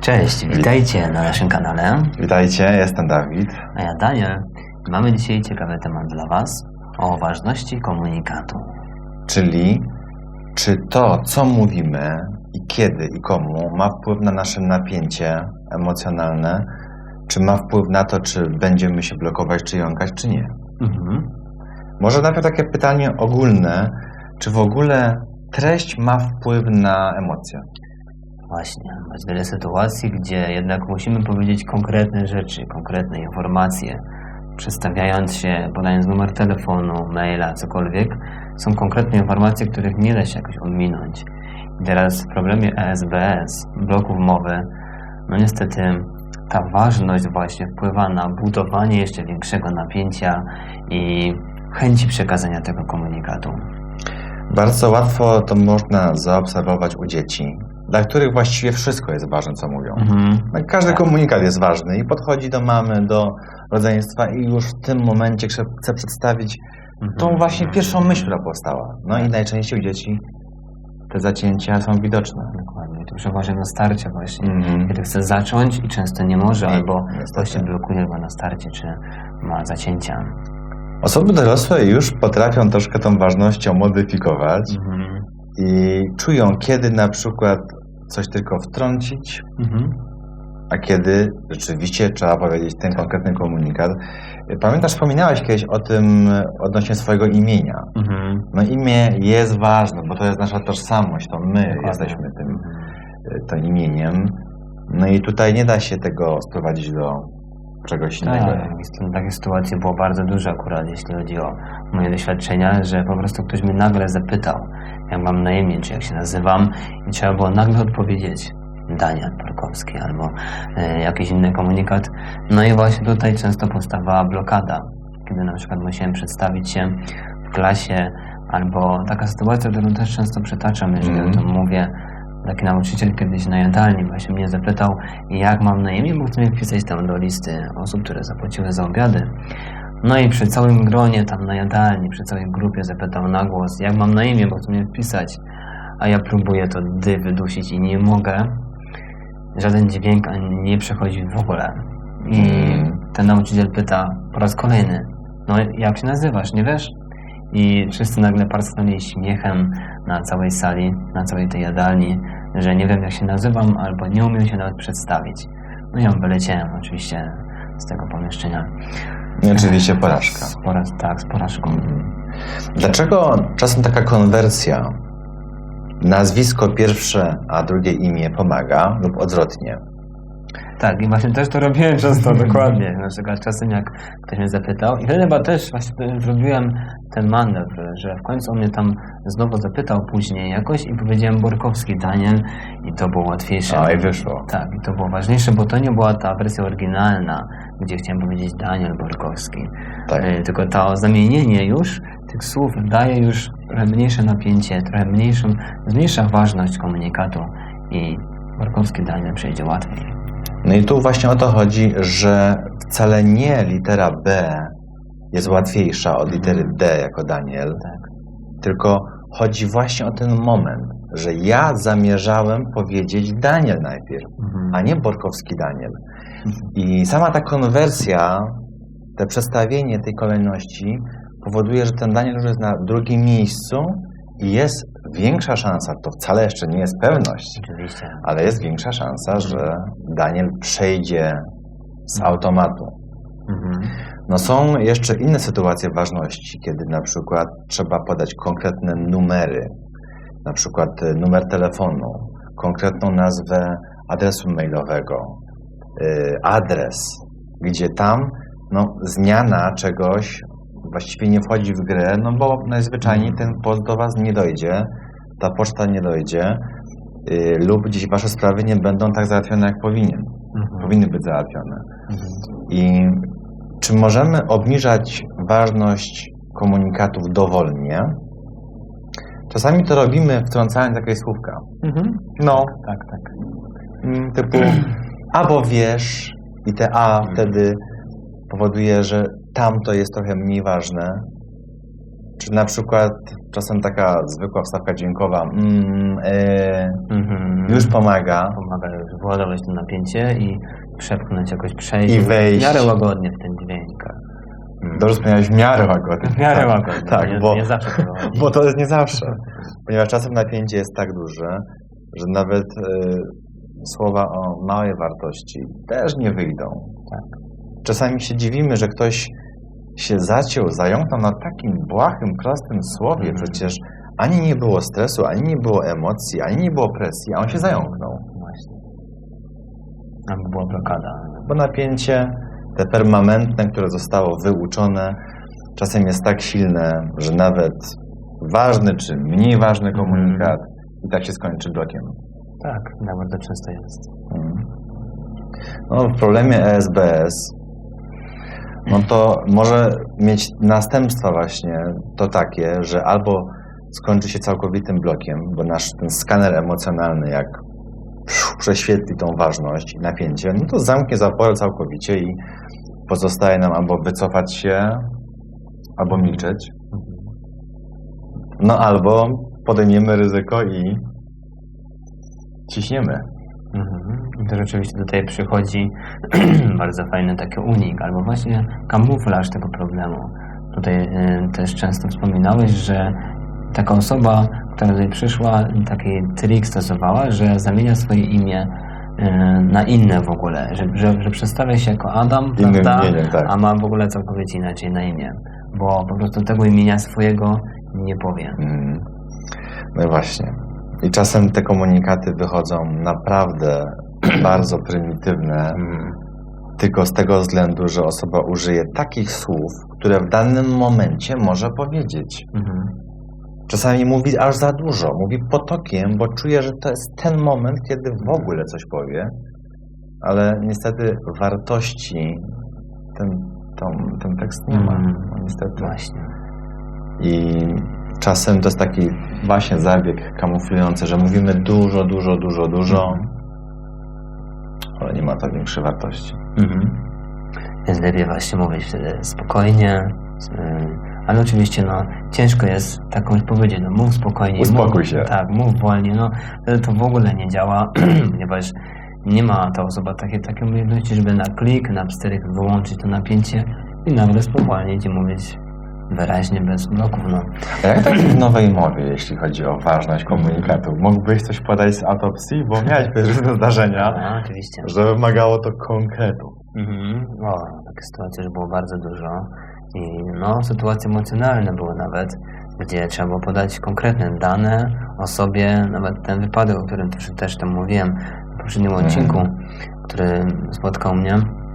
Cześć, witajcie na naszym kanale. Witajcie, jestem Dawid. A ja Daniel. Mamy dzisiaj ciekawy temat dla Was o ważności komunikatu. Czyli czy to, co mówimy i kiedy i komu ma wpływ na nasze napięcie emocjonalne, czy ma wpływ na to, czy będziemy się blokować, czy jąkać, czy nie. Może najpierw takie pytanie ogólne, czy w ogóle treść ma wpływ na emocje? Właśnie, jest wiele sytuacji, gdzie jednak musimy powiedzieć konkretne rzeczy, konkretne informacje. Przedstawiając się, podając numer telefonu, maila, cokolwiek, są konkretne informacje, których nie da się jakoś ominąć. I teraz w problemie ESBS, bloków mowy, no niestety ta ważność właśnie wpływa na budowanie jeszcze większego napięcia i chęci przekazania tego komunikatu. Bardzo łatwo to można zaobserwować u dzieci, dla których właściwie wszystko jest ważne, co mówią. Każdy komunikat jest ważny i podchodzi do mamy, do rodzeństwa i już w tym momencie chce przedstawić tą właśnie pierwszą myśl, która powstała. No i najczęściej u dzieci te zacięcia są widoczne. Dokładnie. To przeważnie na starcie właśnie, kiedy chce zacząć i często nie może, albo właśnie blokuje go na starcie, czy ma zacięcia. Osoby dorosłe już potrafią troszkę tą ważnością modyfikować i czują, kiedy na przykład coś tylko wtrącić, a kiedy rzeczywiście trzeba powiedzieć ten konkretny komunikat. Pamiętasz, wspominałeś kiedyś o tym odnośnie swojego imienia. No imię jest ważne, bo to jest nasza tożsamość, to my jesteśmy tym imieniem. No i tutaj nie da się tego sprowadzić do czegoś innego. Takie sytuacje było bardzo dużo akurat, jeśli chodzi o moje doświadczenia, że po prostu ktoś mnie nagle zapytał, jak mam na imię, czy jak się nazywam i trzeba było nagle odpowiedzieć Daniel Borkowski albo jakiś inny komunikat. No i właśnie tutaj często powstawała blokada, kiedy na przykład musiałem przedstawić się w klasie, albo taka sytuacja, którą też często przytaczam, jeżeli o tym mówię. Taki nauczyciel kiedyś na jadalni właśnie mnie zapytał, jak mam na imię, bo chcę mnie wpisać tam do listy osób, które zapłaciły za obiady. No i przy całym gronie tam na jadalni, przy całej grupie zapytał na głos, jak mam na imię, bo chcę mnie wpisać. A ja próbuję to wydusić i nie mogę. Żaden dźwięk nie przechodzi w ogóle. I ten nauczyciel pyta po raz kolejny, no jak się nazywasz, nie wiesz? I wszyscy nagle parsknęli śmiechem na całej sali, na całej tej jadalni, że nie wiem jak się nazywam, albo nie umiem się nawet przedstawić. No i ja wyleciałem oczywiście z tego pomieszczenia. I oczywiście porażka. Z porażką. Dlaczego czasem taka konwersja, nazwisko pierwsze, a drugie imię pomaga lub odwrotnie? Tak, i właśnie też to robiłem często, dokładnie. Na przykład czasem jak ktoś mnie zapytał i wtedy chyba też właśnie zrobiłem ten manewr, że w końcu on mnie tam znowu zapytał później jakoś i powiedziałem Borkowski Daniel i to było łatwiejsze. A i wyszło. Tak, i to było ważniejsze, bo to nie była ta wersja oryginalna, gdzie chciałem powiedzieć Daniel Borkowski. Tak. Tylko to zamienienie już tych słów daje już trochę mniejsze napięcie, trochę zmniejsza ważność komunikatu i Borkowski Daniel przejdzie łatwiej. No i tu właśnie o to chodzi, że wcale nie litera B jest łatwiejsza od litery D jako Daniel, tylko chodzi właśnie o ten moment, że ja zamierzałem powiedzieć Daniel najpierw, a nie Borkowski Daniel. I sama ta konwersja, to przedstawienie tej kolejności powoduje, że ten Daniel już jest na drugim miejscu i jest większa szansa, to wcale jeszcze nie jest pewność, oczywiście, ale jest większa szansa, że Daniel przejdzie z automatu. No są jeszcze inne sytuacje ważności, kiedy na przykład trzeba podać konkretne numery, na przykład numer telefonu, konkretną nazwę adresu mailowego, adres, gdzie tam zmiana czegoś właściwie nie wchodzi w grę, no bo najzwyczajniej ten post do Was nie dojdzie, ta poczta nie dojdzie lub gdzieś Wasze sprawy nie będą tak załatwione, jak powinny być załatwione. I czy możemy obniżać ważność komunikatów dowolnie? Czasami to robimy wtrącając jakieś słówka. No. Tak. Typu albo wiesz i te a wtedy powoduje, że tamto jest trochę mniej ważne. Czy na przykład czasem taka zwykła wstawka dźwiękowa już pomaga. Pomaga już wyładować to napięcie i przepchnąć, jakoś przejść I wejść. w miarę łagodnie w ten dźwięk. Dobrze wspomniałeś, w miarę łagodnie. W miarę łagodnie, tak, nie zawsze to łagodnie. bo to jest nie zawsze. Ponieważ czasem napięcie jest tak duże, że nawet słowa o małej wartości też nie wyjdą. Tak. Czasami się dziwimy, że ktoś się zająknął na takim błahym, prostym słowie. Przecież ani nie było stresu, ani nie było emocji, ani nie było presji, a on się zająknął. Właśnie. Albo była blokada. Bo napięcie, te permanentne, które zostało wyuczone, czasem jest tak silne, że nawet ważny czy mniej ważny komunikat i tak się skończy blokiem. Tak, bardzo często jest. No, w problemie ESBS to może mieć następstwa właśnie to takie, że albo skończy się całkowitym blokiem, bo nasz ten skaner emocjonalny jak prześwietli tą ważność i napięcie, to zamknie zaporę całkowicie i pozostaje nam albo wycofać się, albo milczeć. Albo podejmiemy ryzyko i ciśniemy. I to rzeczywiście tutaj przychodzi bardzo fajny taki unik, albo właśnie kamuflaż tego problemu. Tutaj też często wspominałeś, że taka osoba, która tutaj przyszła, taki trik stosowała, że zamienia swoje imię na inne w ogóle, że przedstawia się jako Adam, prawda? Imieniem, tak. A ma w ogóle całkowicie inaczej na imię, bo po prostu tego imienia swojego nie powie. No właśnie. I czasem te komunikaty wychodzą naprawdę bardzo prymitywne, tylko z tego względu, że osoba użyje takich słów, które w danym momencie może powiedzieć. Czasami mówi aż za dużo, mówi potokiem, bo czuje, że to jest ten moment, kiedy w ogóle coś powie, ale niestety wartości ten tekst nie ma. Niestety. Właśnie. I czasem to jest taki właśnie zabieg kamuflujący, że mówimy dużo, ale nie ma to większej wartości. Więc lepiej właśnie mówić wtedy spokojnie, ale oczywiście ciężko jest tak komuś powiedzieć, mów spokojnie. Uspokój się. Tak, mów wolniej, wtedy to w ogóle nie działa, ponieważ nie ma ta osoba takiej umiejętności, żeby na klik, na pstryk wyłączyć to napięcie i nagle spowolnić i mówić wyraźnie, bez bloków. A jak tak w nowej mowie, jeśli chodzi o ważność komunikatu? Mógłbyś coś podać z autopsji? Bo miałeś różne zdarzenia, oczywiście, że wymagało to konkretu. Takie sytuacje już było bardzo dużo i sytuacje emocjonalne były nawet, gdzie trzeba było podać konkretne dane o sobie, nawet ten wypadek, o którym też tam mówiłem w poprzednim odcinku, który spotkał mnie.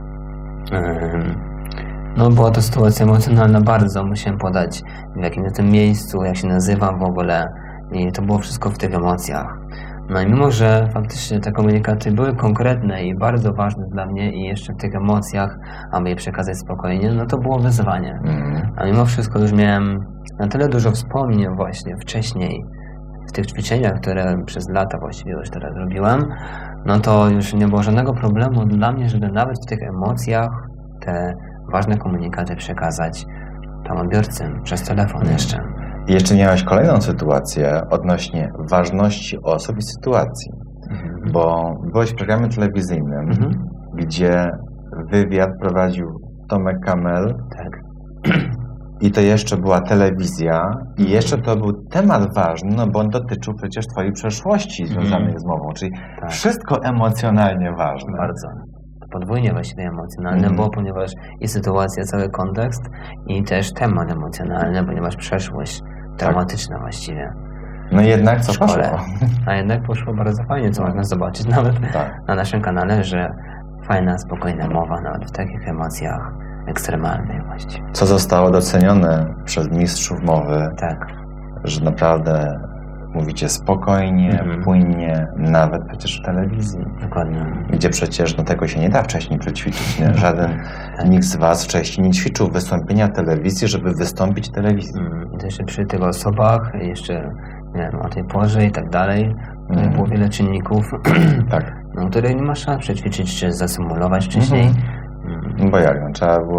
Była to sytuacja emocjonalna bardzo, musiałem podać w jakim jestem miejscu, jak się nazywam w ogóle i to było wszystko w tych emocjach. I mimo, że faktycznie te komunikaty były konkretne i bardzo ważne dla mnie i jeszcze w tych emocjach, aby je przekazać spokojnie, to było wyzwanie. A mimo wszystko już miałem na tyle dużo wspomnień właśnie wcześniej w tych ćwiczeniach, które przez lata właściwie już teraz robiłem, to już nie było żadnego problemu dla mnie, żeby nawet w tych emocjach te ważne komunikaty przekazać tam odbiorcy przez telefon jeszcze. I jeszcze miałeś kolejną sytuację odnośnie ważności osób i sytuacji, bo byłeś w programie telewizyjnym, gdzie wywiad prowadził Tomek Kamel. Tak. I to jeszcze była telewizja i jeszcze to był temat ważny, bo on dotyczył przecież twojej przeszłości związanej z mową, czyli wszystko emocjonalnie ważne. Bardzo. Podwójnie właściwie emocjonalne było, ponieważ i sytuacja, cały kontekst i też temat emocjonalny, ponieważ przeszłość traumatyczna właściwie. Jednak co poszło? A jednak poszło bardzo fajnie, co można zobaczyć nawet na naszym kanale, że fajna, spokojna mowa nawet w takich emocjach ekstremalnych właściwie. Co zostało docenione przez mistrzów mowy, że naprawdę mówicie spokojnie, płynnie, nawet przecież w telewizji. Dokładnie. Gdzie przecież tego się nie da wcześniej przećwiczyć. Nie? Nikt z was wcześniej nie ćwiczył wystąpienia telewizji, żeby wystąpić w telewizji. I to jeszcze przy tych osobach, jeszcze nie wiem, o tej porze i tak dalej, było wiele czynników, które nie ma szans przećwiczyć czy zasymulować wcześniej. Bo jak? Trzeba było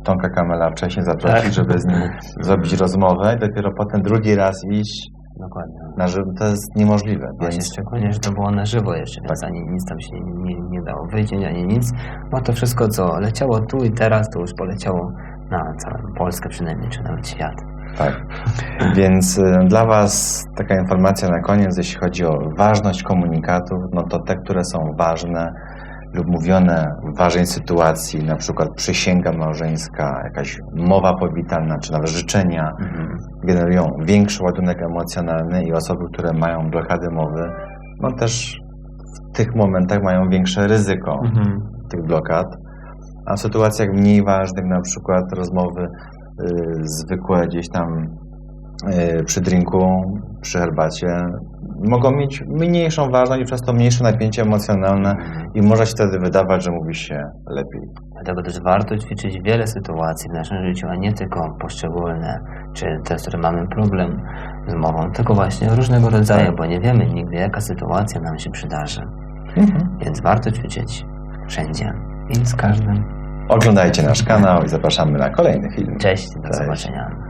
Tomka Kamela wcześniej zaprosić, żeby z nim zrobić rozmowę i dopiero potem drugi raz iść Dokładnie. na żywo. To jest niemożliwe. Właśnie Więc szczególnie, że to było na żywo jeszcze, więc ani nic tam się nie dało wyjść, ani nic, bo to wszystko, co leciało tu i teraz, to już poleciało na całą Polskę przynajmniej, czy nawet świat. tak. Więc dla Was taka informacja na koniec, jeśli chodzi o ważność komunikatów, no to te, które są ważne lub mówione w ważnej sytuacji, na przykład przysięga małżeńska, jakaś mowa powitalna, czy nawet życzenia, generują większy ładunek emocjonalny i osoby, które mają blokady mowy, no też w tych momentach mają większe ryzyko tych blokad. A w sytuacjach mniej ważnych, na przykład rozmowy zwykłe gdzieś tam przy drinku, przy herbacie, mogą mieć mniejszą ważność i przez to mniejsze napięcie emocjonalne i może się wtedy wydawać, że mówi się lepiej. Dlatego też warto ćwiczyć wiele sytuacji w naszym życiu, a nie tylko poszczególne, czy te, z którymi mamy problem z mową, tylko właśnie różnego rodzaju, bo nie wiemy nigdy, jaka sytuacja nam się przydarzy. Więc warto ćwiczyć wszędzie i z każdym. Oglądajcie nasz kanał i zapraszamy na kolejny film. Cześć, do zobaczenia.